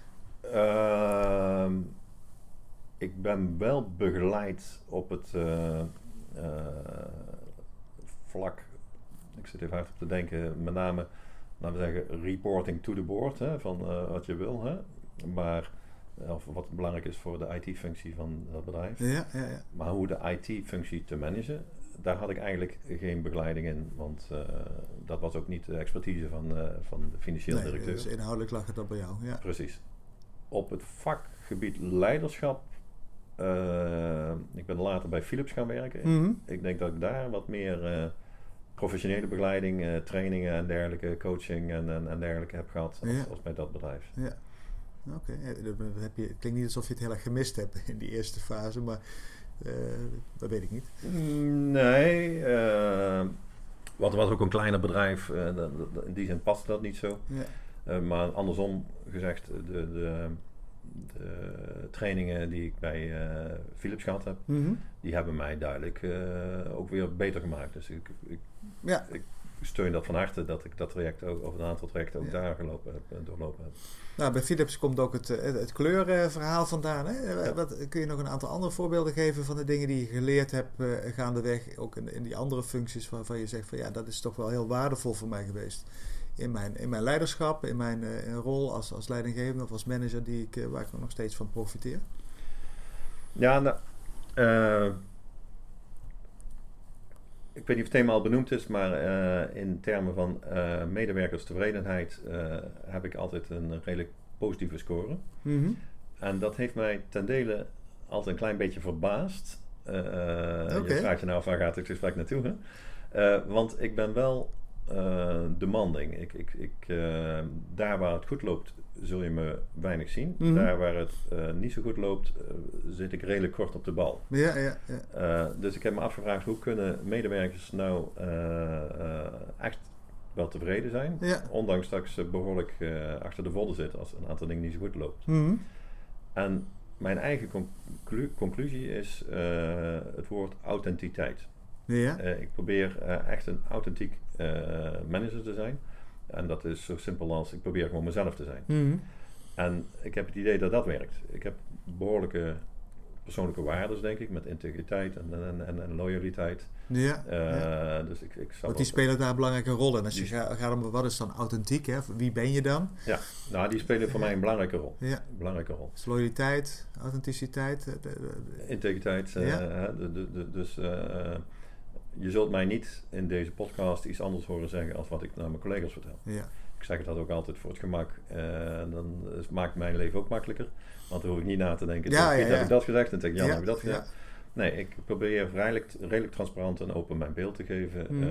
Uh, ik ben wel begeleid op het uh, uh, vlak, ik zit even hard op te denken, met name, laten we zeggen, reporting to the board, hè, van uh, wat je wil, hè, maar of wat belangrijk is voor de I T-functie van dat bedrijf. Ja, ja, ja. Maar hoe de I T-functie te managen, daar had ik eigenlijk geen begeleiding in, want uh, dat was ook niet de expertise van, uh, van de financieel nee, directeur. Dus inhoudelijk lag het dan bij jou. Ja. Precies. Op het vakgebied leiderschap, uh, ik ben later bij Philips gaan werken. Mm-hmm. Ik denk dat ik daar wat meer uh, professionele begeleiding, uh, trainingen en dergelijke, coaching en, en, en dergelijke heb gehad als, Ja. als bij dat bedrijf. Ja. Oké, okay. Het klinkt niet alsof je het heel erg gemist hebt in die eerste fase, maar uh, dat weet ik niet. Nee, uh, want het was ook een kleiner bedrijf, uh, dat, dat, in die zin paste dat niet zo. Ja. Uh, maar andersom gezegd, de, de, de trainingen die ik bij uh, Philips gehad heb, Mm-hmm. die hebben mij duidelijk uh, ook weer beter gemaakt. Dus ik, ik, ja. ik steun dat van harte dat ik dat traject ook, of een aantal trajecten ook ja. daar gelopen heb, doorlopen heb. Nou, bij Philips komt ook het, het, het kleurverhaal vandaan. Hè? Ja. Wat, kun je nog een aantal andere voorbeelden geven van de dingen die je geleerd hebt uh, gaandeweg, ook in, in die andere functies waarvan je zegt van ja, dat is toch wel heel waardevol voor mij geweest. In mijn, in mijn leiderschap, in mijn uh, in rol als, als leidinggevende of als manager die ik, uh, waar ik nog steeds van profiteer? Ja, nou, uh, ik weet niet of het thema al benoemd is, maar uh, in termen van uh, medewerkerstevredenheid uh, heb ik altijd een redelijk positieve score. Mm-hmm. En dat heeft mij ten dele altijd een klein beetje verbaasd. Uh, okay. Je vraagt je nou af, waar gaat het gesprek naartoe? Hè? Uh, want ik ben wel uh, demanding. Ik, ik, ik, uh, daar waar het goed loopt, zul je me weinig zien. Mm-hmm. Daar waar het uh, niet zo goed loopt, uh, zit ik redelijk kort op de bal. Ja, ja, ja. Uh, dus ik heb me afgevraagd, hoe kunnen medewerkers nou uh, uh, echt wel tevreden zijn? Ja. Ondanks dat ze behoorlijk uh, achter de vodden zitten als een aantal dingen niet zo goed loopt. Mm-hmm. En mijn eigen conclu- conclusie is uh, het woord authenticiteit. Ja. Uh, ik probeer uh, echt een authentiek uh, manager te zijn. En dat is zo simpel als ik probeer gewoon mezelf te zijn. Mm-hmm. En ik heb het idee dat dat werkt. Ik heb behoorlijke persoonlijke waarden, denk ik, met integriteit en, en, en, en loyaliteit. Ja, uh, ja. Dus ik, ik Want die spelen daar een belangrijke rol. En als je die, gaat, gaat om wat is dan authentiek, hè? Wie ben je dan? Ja, nou die spelen voor ja. mij een belangrijke rol. Ja. Een belangrijke rol. Dus loyaliteit, authenticiteit. De, de, de. Integriteit. Uh, ja. de, de, de, dus uh, je zult mij niet in deze podcast iets anders horen zeggen als wat ik naar mijn collega's vertel. Ja. Ik zeg het dat ook altijd voor het gemak. Uh, dan is, maakt mijn leven ook makkelijker. Want dan hoef ik niet na te denken. Ja, ja, ja. heb ik dat gezegd en tegen Jan ja. heb ik dat gezegd. Ja. Nee, ik probeer redelijk, redelijk transparant en open mijn beeld te geven. Mm. Uh,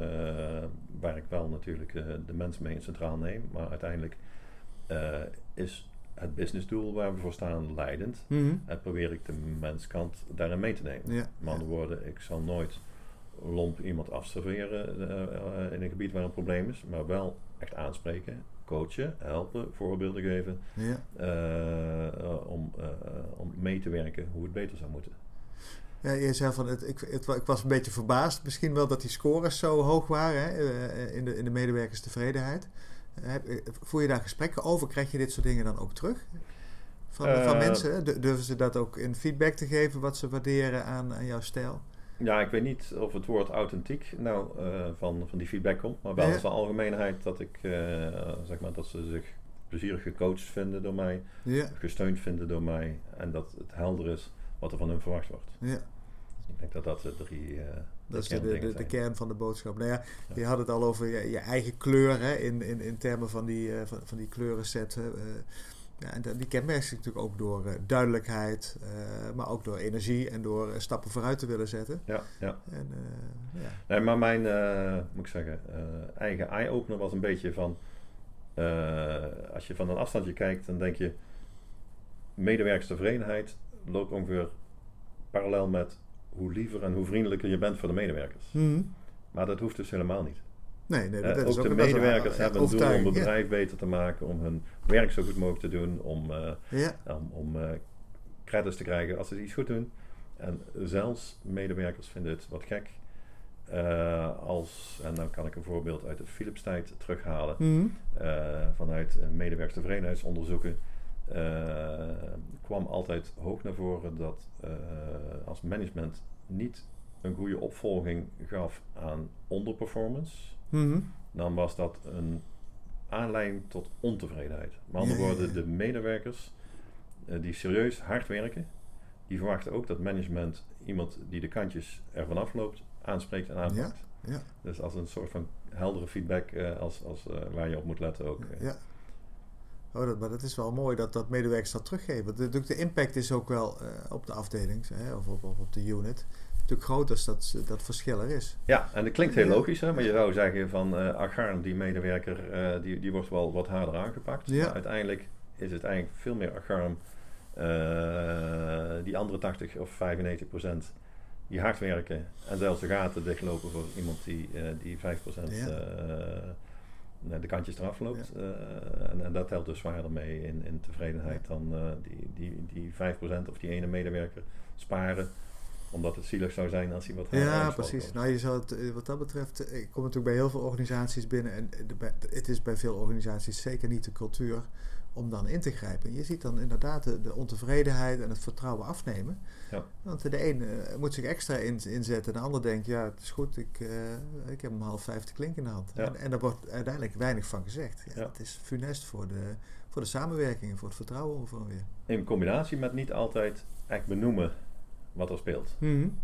waar ik wel natuurlijk uh, de mens mee in centraal neem. Maar uiteindelijk uh, is het businessdoel waar we voor staan leidend. Mm-hmm. En probeer ik de menskant daarin mee te nemen. Ja. Met andere woorden, ik zal nooit lomp iemand afserveren uh, uh, in een gebied waar een probleem is. Maar wel echt aanspreken, coachen, helpen, voorbeelden geven. Ja. Uh, uh, om, uh, om mee te werken hoe het beter zou moeten. Ja, je zei van, het, ik, het, ik was een beetje verbaasd misschien wel dat die scores zo hoog waren hè, in, de, in de medewerkerstevredenheid. Voer je daar gesprekken over? Krijg je dit soort dingen dan ook terug? Van, uh, van mensen? Durven ze dat ook in feedback te geven wat ze waarderen aan, aan jouw stijl? Ja, ik weet niet of het woord authentiek nou uh, van, van die feedback komt, maar wel ja. van algemeenheid dat ik uh, zeg maar dat ze zich plezierig gecoacht vinden door mij, ja. gesteund vinden door mij en dat het helder is wat er van hun verwacht wordt. Ja. Ik denk dat dat de drie uh, Dat is de, de, de, de kern van de boodschap. Nou ja, ja. Je had het al over je, je eigen kleur hè, in, in, in termen van die, uh, van, van die kleurenset. Uh, ja, en die kenmerkt zich natuurlijk ook door uh, duidelijkheid, uh, maar ook door energie en door uh, stappen vooruit te willen zetten. Ja, ja. En, uh, ja. Nee, maar mijn uh, moet ik zeggen, uh, eigen eye-opener was een beetje van uh, als je van een afstandje kijkt, dan denk je, medewerkerstevredenheid loopt ongeveer parallel met hoe liever en hoe vriendelijker je bent voor de medewerkers. Mm. Maar dat hoeft dus helemaal niet. Nee, nee, dat uh, is ook ook de een medewerkers hebben een doel om het bedrijf ja. beter te maken, om hun werk zo goed mogelijk te doen, om, uh, ja. om, om uh, credits te krijgen als ze iets goed doen. En zelfs medewerkers vinden het wat gek uh, als, en dan kan ik een voorbeeld uit de Philips tijd terughalen, Mm. uh, vanuit medewerkerstevredenheidsonderzoeken uh, kwam altijd hoog naar voren dat uh, als management niet een goede opvolging gaf aan underperformance, Mm-hmm. dan was dat een aanleiding tot ontevredenheid. Met andere ja, woorden, ja. de medewerkers uh, die serieus hard werken, die verwachten ook dat management iemand die de kantjes ervan afloopt, aanspreekt en aanpakt. Ja, ja. Dus als een soort van heldere feedback uh, als, als, uh, waar je op moet letten ook. Uh. Ja. Oh, dat, maar dat is wel mooi dat, dat medewerkers dat teruggeven. De, de impact is ook wel uh, op de afdeling hè, of, op, of op de unit natuurlijk groot als dat, dat verschil er is. Ja, en dat klinkt heel logisch, hè, maar je zou zeggen van uh, Argarn, die medewerker, uh, die, die wordt wel wat harder aangepakt. Ja. Maar uiteindelijk is het eigenlijk veel meer Argarn, uh, die andere tachtig of vijfennegentig procent die hard werken en zelfs de gaten dichtlopen voor iemand die, uh, die vijf procent ja. uh, de kantjes eraf loopt. Ja. Uh, en, en dat telt dus zwaarder mee in, in tevredenheid ja. dan uh, die, die, die vijf procent of die ene medewerker sparen. Omdat het zielig zou zijn als hij wat harder Ja, precies. Nou, je zou het, wat dat betreft, ik kom natuurlijk bij heel veel organisaties binnen en de, het is bij veel organisaties zeker niet de cultuur om dan in te grijpen. Je ziet dan inderdaad de, de ontevredenheid en het vertrouwen afnemen. Ja. Want de een uh, moet zich extra in, inzetten en de ander denkt, ja, het is goed, ik, uh, ik heb hem half vijf de klink in de hand. Ja. En, en daar wordt uiteindelijk weinig van gezegd. Ja, ja. Het is funest voor de, voor de samenwerking en voor het vertrouwen overal weer. In combinatie met niet altijd echt benoemen wat er speelt. Mm-hmm.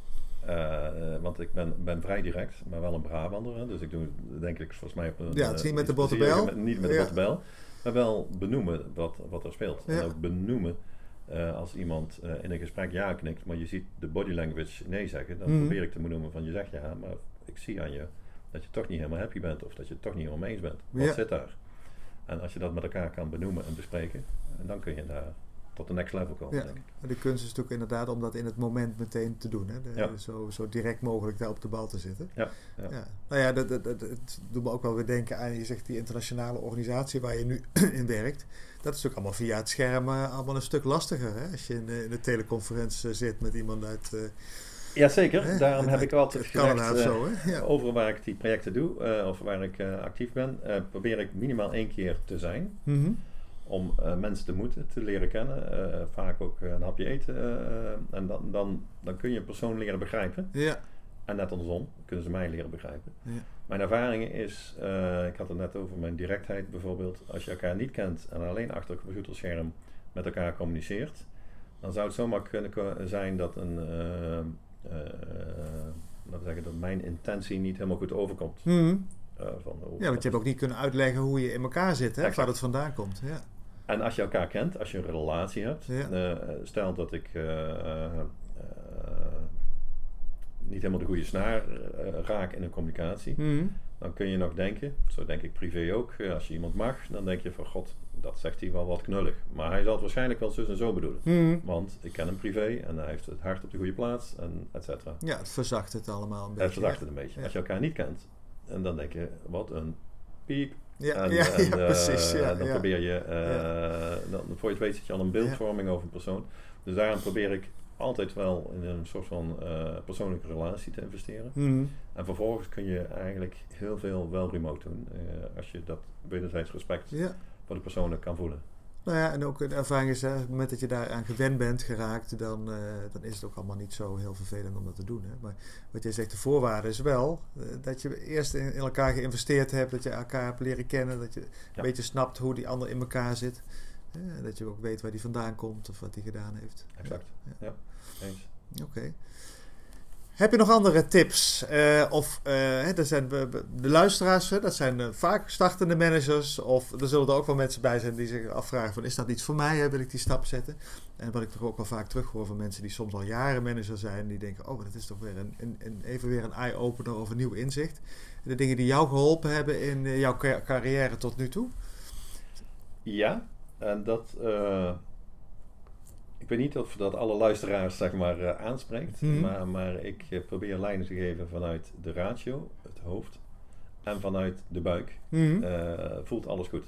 Uh, want ik ben, ben vrij direct, maar wel een Brabander. Hè? Dus ik doe denk ik volgens mij op een... Ja, het is niet met de bottebel. Met, niet met de ja. bottebel. Maar wel benoemen wat, wat er speelt. Ja. En ook benoemen uh, als iemand uh, in een gesprek ja knikt, maar je ziet de body language nee zeggen. Dan mm-hmm. probeer ik te benoemen van je zegt ja, maar ik zie aan je dat je toch niet helemaal happy bent. Of dat je het toch niet helemaal mee eens bent. Wat ja. zit daar? En als je dat met elkaar kan benoemen en bespreken, dan kun je daar tot de next level komen, ja. denk ik. De kunst is natuurlijk inderdaad om dat in het moment meteen te doen. Hè? De, ja. zo, zo direct mogelijk daar op de bal te zitten. Ja. Ja. Ja. Nou ja, dat, dat, dat, dat doet me ook wel weer denken aan, je zegt die internationale organisatie waar je nu in werkt. Dat is natuurlijk allemaal via het scherm uh, allemaal een stuk lastiger. Hè? Als je in, uh, in de teleconferentie uh, zit met iemand uit... Uh, Jazeker, hè? Daarom heb ik altijd gezegd, uh, zo, ja. over waar ik die projecten doe, uh, of waar ik uh, actief ben, uh, probeer ik minimaal één keer te zijn. Mm-hmm. Om uh, mensen te moeten, te leren kennen. Uh, vaak ook uh, een hapje eten. Uh, en dan, dan, dan kun je een persoon leren begrijpen. Ja. En net andersom kunnen ze mij leren begrijpen. Ja. Mijn ervaring is, uh, ik had het net over mijn directheid bijvoorbeeld. Als je elkaar niet kent en alleen achter een computerscherm met elkaar communiceert, dan zou het zomaar kunnen zijn dat een... Uh, uh, laten we zeggen dat mijn intentie niet helemaal goed overkomt. Mm-hmm. Uh, van, oh, ja, want je hebt ook niet kunnen uitleggen hoe je in elkaar zit, hè, waar het vandaan komt. Ja. En als je elkaar kent, als je een relatie hebt, ja. uh, stel dat ik uh, uh, niet helemaal de goede snaar uh, raak in een communicatie, mm-hmm. dan kun je nog denken, zo denk ik privé ook, uh, als je iemand mag, dan denk je van god, dat zegt hij wel wat knullig. Maar hij zal het waarschijnlijk wel zus en zo bedoelen. Mm-hmm. Want ik ken hem privé en hij heeft het hart op de goede plaats, en et cetera. Ja, het verzacht het allemaal een beetje. Het verzacht het een beetje. Ja. Als je elkaar niet kent, en dan denk je, wat een piep. Ja, en, ja, en, ja uh, precies. Ja, dan ja. probeer je, uh, ja. dan, voor je het weet zit je al een beeldvorming ja. over een persoon. Dus daarom probeer ik altijd wel in een soort van uh, persoonlijke relatie te investeren. Mm-hmm. En vervolgens kun je eigenlijk heel veel wel remote doen. Uh, als je dat wederzijds respect ja. voor de persoon kan voelen. Nou ja, en ook de ervaring is, hè, op het moment dat je daaraan gewend bent geraakt, dan, uh, dan is het ook allemaal niet zo heel vervelend om dat te doen. Hè. Maar wat jij zegt, de voorwaarde is wel uh, dat je eerst in, in elkaar geïnvesteerd hebt, dat je elkaar hebt leren kennen, dat je ja. een beetje snapt hoe die ander in elkaar zit. Uh, dat je ook weet waar die vandaan komt of wat hij gedaan heeft. Exact, ja. ja. Eens. Oké. Okay. Heb je nog andere tips? Uh, of uh, er zijn de luisteraars, dat zijn uh, vaak startende managers. Of er zullen er ook wel mensen bij zijn die zich afvragen van, is dat iets voor mij? Wil ik die stap zetten? En wat ik toch ook wel vaak terughoor van mensen die soms al jaren manager zijn. Die denken, oh, dat is toch weer een, een, een, even weer een eye-opener of een nieuw inzicht. De dingen die jou geholpen hebben in uh, jouw carrière tot nu toe? Ja, en dat... Uh, ik weet niet of dat alle luisteraars zeg maar uh, aanspreekt, mm-hmm. maar, maar ik uh, probeer lijnen te geven vanuit de ratio, het hoofd, en vanuit de buik. Mm-hmm. Uh, voelt alles goed.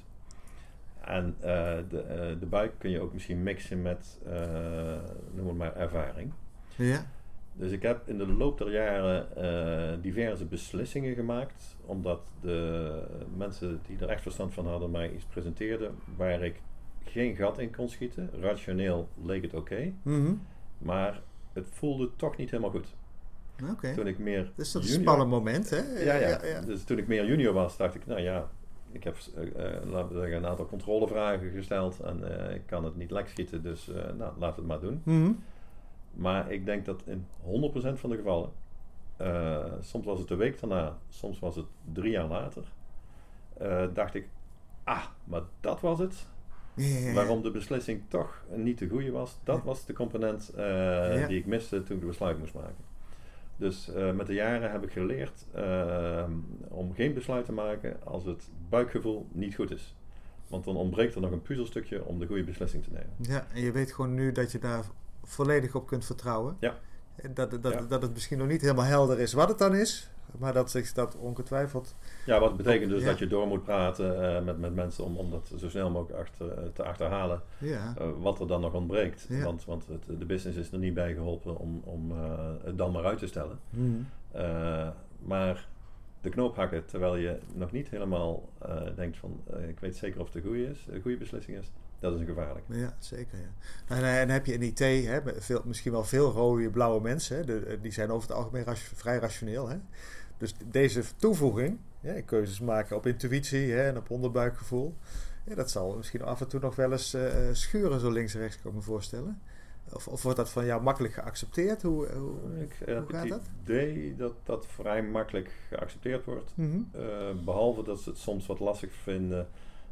En uh, de, uh, de buik kun je ook misschien mixen met, uh, noem het maar, ervaring. Ja. Dus ik heb in de loop der jaren uh, diverse beslissingen gemaakt, omdat de mensen die er echt verstand van hadden mij iets presenteerden waar ik geen gat in kon schieten. Rationeel leek het oké, okay, mm-hmm. maar het voelde toch niet helemaal goed. Oké. Okay. Toen ik meer dus dat is een spannend moment, hè? Ja, ja, ja, ja. Dus toen ik meer junior was, dacht ik, nou ja, ik heb uh, laten we zeggen, een aantal controlevragen gesteld en uh, ik kan het niet lek schieten, dus uh, nou, laat het maar doen. Mm-hmm. Maar ik denk dat in honderd procent van de gevallen, uh, soms was het de week daarna, soms was het drie jaar later, uh, dacht ik, ah, maar dat was het. Ja, ja. Waarom de beslissing toch niet de goede was, dat ja. was de component uh, ja. die ik miste toen ik de besluit moest maken. Dus uh, met de jaren heb ik geleerd uh, om geen besluit te maken als het buikgevoel niet goed is. Want dan ontbreekt er nog een puzzelstukje om de goede beslissing te nemen. Ja, en je weet gewoon nu dat je daar volledig op kunt vertrouwen. Ja. Dat, dat, ja. dat het misschien nog niet helemaal helder is wat het dan is, maar dat zich dat ongetwijfeld... Ja, wat betekent dus ja. dat je door moet praten uh, met, met mensen om, om dat zo snel mogelijk achter, uh, te achterhalen ja. uh, wat er dan nog ontbreekt. Ja. Want, want het, de business is er niet bij geholpen om, om uh, het dan maar uit te stellen. Mm. Uh, maar de knoop hakken terwijl je nog niet helemaal uh, denkt van uh, ik weet zeker of het de goede is, de goede beslissing is. Dat is een gevaarlijk. Ja, zeker. Ja. En, en heb je in I T hè, veel, misschien wel veel rode, blauwe mensen. Hè, de, die zijn over het algemeen ras, vrij rationeel. Hè. Dus deze toevoeging, ja, keuzes maken op intuïtie hè, en op onderbuikgevoel. Ja, dat zal misschien af en toe nog wel eens uh, schuren zo links en rechts, kan ik me voorstellen. Of, of wordt dat van jou makkelijk geaccepteerd? Hoe, hoe, ik heb hoe gaat het dat? idee dat dat vrij makkelijk geaccepteerd wordt. Mm-hmm. Uh, behalve dat ze het soms wat lastig vinden.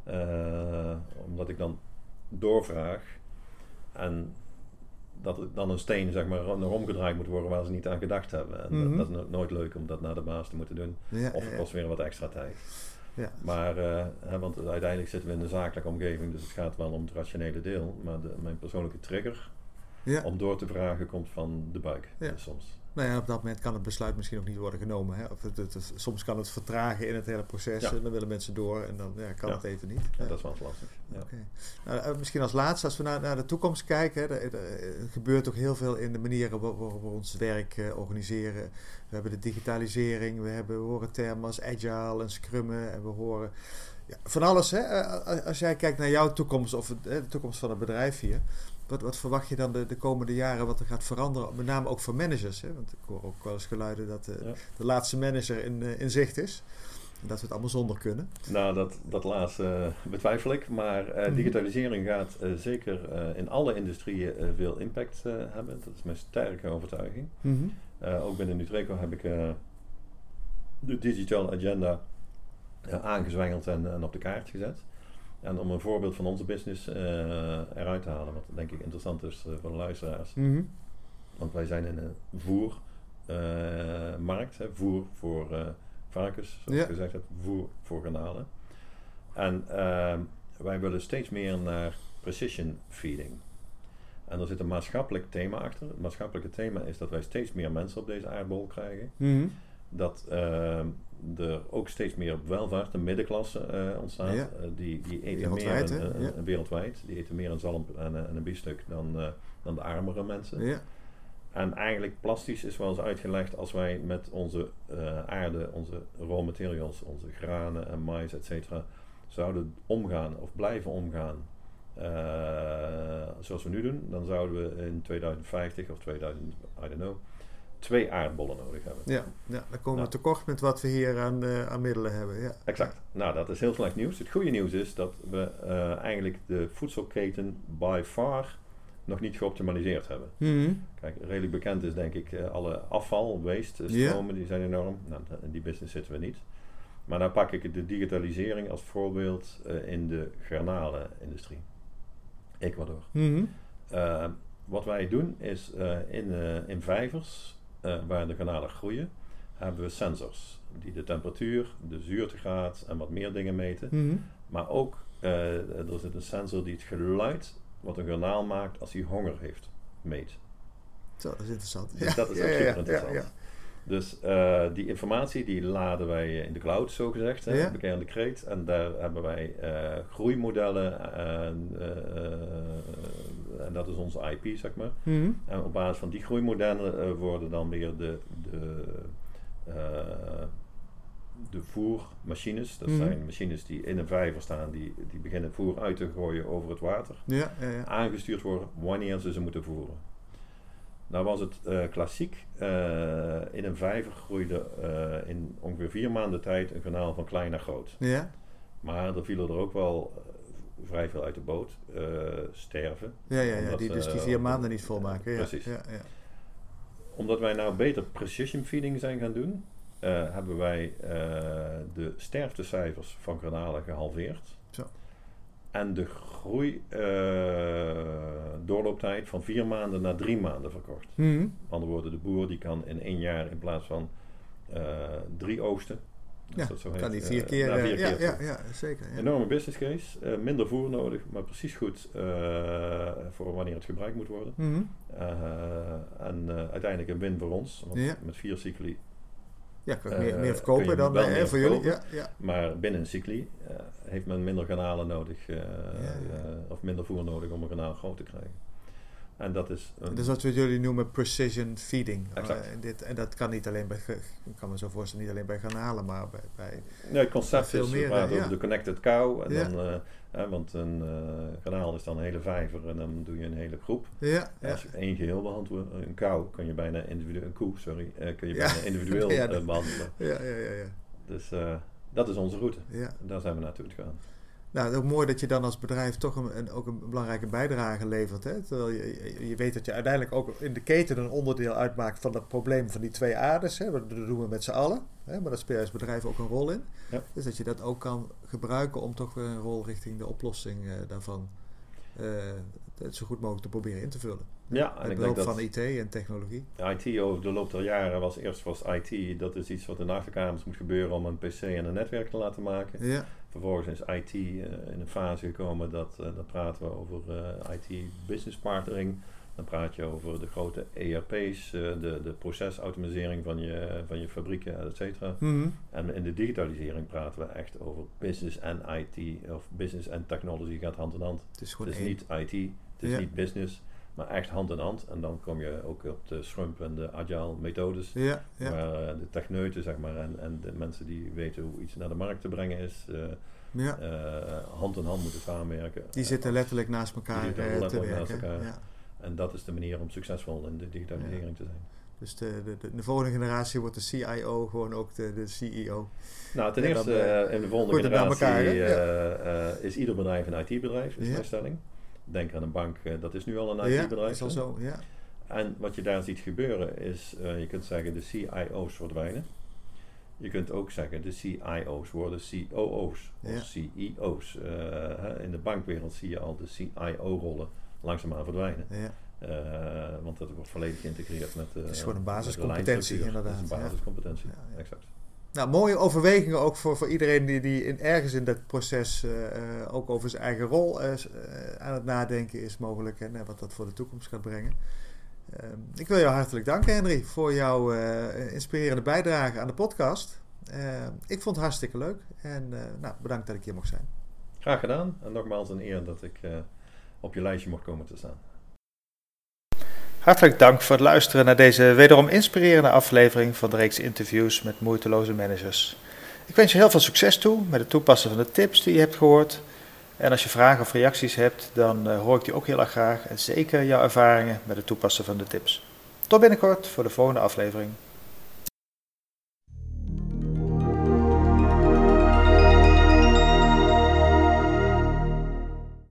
Uh, omdat ik dan doorvraag en dat het dan een steen zeg maar naar omgedraaid moet worden waar ze niet aan gedacht hebben. En mm-hmm. dat, dat is no- nooit leuk om dat naar de baas te moeten doen. Ja, of het ja, kost weer wat extra tijd. Ja. Maar, uh, hè, want uiteindelijk zitten we in een zakelijke omgeving, dus het gaat wel om het rationele deel. Maar de, mijn persoonlijke trigger ja. om door te vragen komt van de buik. Ja. Dus soms. Nou ja, op dat moment kan het besluit misschien ook niet worden genomen. Hè? Of het, het, het, soms kan het vertragen in het hele proces. Ja. En dan willen mensen door en dan ja, kan ja. het even niet. Ja, Ja. dat is wel eens lastig. Ja. Okay. Nou, misschien als laatste, als we naar, naar de toekomst kijken. Hè, er, er gebeurt ook heel veel in de manieren waarop we ons werk uh, organiseren. We hebben de digitalisering, we, hebben, we horen termen als agile en scrummen. En we horen ja, van alles. Hè? Als jij kijkt naar jouw toekomst of de toekomst van het bedrijf hier. Wat, wat verwacht je dan de, de komende jaren wat er gaat veranderen? Met name ook voor managers. Hè? Want ik hoor ook wel eens geluiden dat uh, ja. de laatste manager in, uh, in zicht is. En dat we het allemaal zonder kunnen. Nou, dat, dat laatste uh, betwijfel ik. Maar uh, mm-hmm. digitalisering gaat uh, zeker uh, in alle industrieën uh, veel impact uh, hebben. Dat is mijn sterke overtuiging. Mm-hmm. Uh, ook binnen Nutreco heb ik uh, de digital agenda uh, aangezwengeld en, en op de kaart gezet. En om een voorbeeld van onze business uh, eruit te halen, wat denk ik interessant is uh, voor de luisteraars. Mm-hmm. Want wij zijn in een voermarkt, uh, voer voor uh, varkens, zoals ja. ik gezegd heb, voer voor garnalen. En uh, wij willen steeds meer naar precision feeding. En er zit een maatschappelijk thema achter. Het maatschappelijke thema is dat wij steeds meer mensen op deze aardbol krijgen. Mm-hmm. Dat uh, er ook steeds meer welvaart, de middenklasse uh, ontstaat. Ja. Uh, die, die eten Wereldwijd, meer een, ja. een, een wereldwijd. Die eten meer een zalm en, en een biefstuk dan, uh, dan de armere mensen. Ja. En eigenlijk plastisch is wel eens uitgelegd als wij met onze uh, aarde, onze raw materials, onze granen en mais, et cetera, zouden omgaan of blijven omgaan uh, zoals we nu doen, dan zouden we in tweeduizend vijftig of tweeduizend, I don't know, twee aardbollen nodig hebben. Ja, ja dan komen nou. we tekort met wat we hier aan, uh, aan middelen hebben. Ja. Exact. Nou, dat is heel slecht nieuws. Het goede nieuws is dat we uh, eigenlijk de voedselketen by far nog niet geoptimaliseerd hebben. Mm-hmm. Kijk, redelijk bekend is denk ik uh, alle afval, waste, stromen, yeah. die zijn enorm. Nou, in die business zitten we niet. Maar dan pak ik de digitalisering als voorbeeld uh, in de garnalenindustrie. Ecuador. Mm-hmm. Uh, wat wij doen is uh, in, uh, in vijvers uh, waar de garnalen groeien, hebben we sensors die de temperatuur, de zuurtegraad en wat meer dingen meten. Mm-hmm. Maar ook Uh, er zit een sensor die het geluid wat een garnaal maakt als hij honger heeft, meet. Zo, dat is interessant. Dus ja. dat is ook ja, super ja, interessant. Ja, ja. Dus uh, die informatie die laden wij in de cloud, zo gezegd, hè, ja. bekende kreet. En daar hebben wij uh, groeimodellen en, uh, uh, en dat is onze I P, zeg maar. Mm-hmm. En op basis van die groeimodellen uh, worden dan weer de, de, uh, de voermachines, dat mm-hmm. zijn machines die in een vijver staan, die, die beginnen voer uit te gooien over het water, ja, ja, ja. aangestuurd worden wanneer ze ze moeten voeren. Nou was het uh, klassiek, uh, in een vijver groeide uh, in ongeveer vier maanden tijd een garnaal van klein naar groot. Ja. Maar er vielen er ook wel uh, vrij veel uit de boot, uh, sterven. Ja, ja, ja. Omdat, Die dus die vier uh, maanden niet volmaken. Ja, precies. Ja, ja. Omdat wij nou beter precision feeding zijn gaan doen, uh, hebben wij uh, de sterftecijfers van garnalen gehalveerd. Zo. En de groei uh, doorlooptijd van vier maanden naar drie maanden verkort. Mm-hmm. Met andere woorden, de boer die kan in één jaar in plaats van uh, drie oogsten, ja, dat zo kan heet, die vier uh, keer, naar vier ja, keer ja, ja, zeker. Ja. Enorme business case, uh, minder voer nodig, maar precies goed uh, voor wanneer het gebruikt moet worden. Mm-hmm. Uh, en uh, uiteindelijk een win voor ons, want ja. met vier cycli. Ja, kan ik uh, meer, meer verkopen dan wel uh, meer voor verkopen, jullie. Ja, ja. Maar binnen een cycli uh, heeft men minder garnalen nodig, uh, ja, ja. Uh, of minder voer nodig om een garnaal groot te krijgen. En dat is... Een dat is wat we jullie noemen precision feeding. Exact. Uh, dit, en dat kan niet alleen bij, ik kan me zo voorstellen, niet alleen bij garnalen, maar bij... bij nee, het concept veel is, meer, we praten ja. over de connected cow. En ja. dan, uh, uh, want een uh, garnaal is dan een hele vijver en dan doe je een hele groep. Ja, ja. Als je één geheel behandelt, een kou, kun je bijna individueel, een koe, sorry, uh, kun je ja. bijna individueel ja, uh, behandelen. Ja, ja, ja, ja. Dus uh, dat is onze route. Ja. Daar zijn we naartoe gegaan. Nou, het is ook mooi dat je dan als bedrijf toch een, een, ook een belangrijke bijdrage levert. Hè? Terwijl je, je weet dat je uiteindelijk ook in de keten een onderdeel uitmaakt van dat probleem van die twee aardes. Hè? Dat doen we met z'n allen. Hè? Maar dat speelt als bedrijf ook een rol in. Ja. Dus dat je dat ook kan gebruiken om toch weer een rol richting de oplossing uh, daarvan uh, het zo goed mogelijk te proberen in te vullen. Ja, en met ik behulp denk dat van I T en technologie. I T over de loop der jaren was eerst was I T, dat is iets wat in de achterkamers moet gebeuren om een P C en een netwerk te laten maken. Ja. Vervolgens is I T uh, in een fase gekomen dat, uh, dan praten we over uh, I T business partnering. Dan praat je over de grote E R P's, uh, de, de procesautomatisering van je, van je fabrieken, et cetera. Mm-hmm. En in de digitalisering praten we echt over business en I T, of business en technology gaat hand in hand. Het is, gewoon het is één. niet I T, het is ja. niet business, maar echt hand in hand. En dan kom je ook op de Scrum en de Agile methodes, Ja, ja. waar uh, de techneuten zeg maar, en, en de mensen die weten hoe iets naar de markt te brengen is, uh, ja. uh, hand in hand moeten samenwerken. Die zitten letterlijk naast elkaar, die zitten uh, te letterlijk werken. naast elkaar. Ja. En dat is de manier om succesvol in de digitalisering ja. te zijn. Dus de, de, de volgende generatie wordt de C I O gewoon ook de, de C E O. Nou, ten en eerste dan, uh, in de volgende generatie elkaar, uh, uh, is ieder bedrijf een I T-bedrijf, is ja. mijn stelling. Denk aan een bank, uh, dat is nu al een I T-bedrijf. Ja, is al zo, ja. En wat je daar ziet gebeuren is, uh, je kunt zeggen de C I O's verdwijnen. Je kunt ook zeggen de C I O's worden C O O's of ja. C E O's. Uh, in de bankwereld zie je al de C I O-rollen langzaamaan verdwijnen. Ja. Uh, want dat wordt volledig geïntegreerd met de Het is gewoon een basiscompetentie inderdaad. Het is een basiscompetentie, ja. Ja, ja. exact. Nou, mooie overwegingen ook voor, voor iedereen die, die in, ergens in dat proces uh, ook over zijn eigen rol uh, aan het nadenken is mogelijk en wat dat voor de toekomst gaat brengen. Uh, ik wil jou hartelijk danken, Henry, voor jouw uh, inspirerende bijdrage aan de podcast. Uh, ik vond het hartstikke leuk en uh, nou, bedankt dat ik hier mocht zijn. Graag gedaan en nogmaals een eer dat ik uh, op je lijstje mocht komen te staan. Hartelijk dank voor het luisteren naar deze wederom inspirerende aflevering van de reeks interviews met moeiteloze managers. Ik wens je heel veel succes toe met het toepassen van de tips die je hebt gehoord. En als je vragen of reacties hebt, dan uh, hoor ik die ook heel erg graag. En zeker jouw ervaringen met het toepassen van de tips. Tot binnenkort voor de volgende aflevering.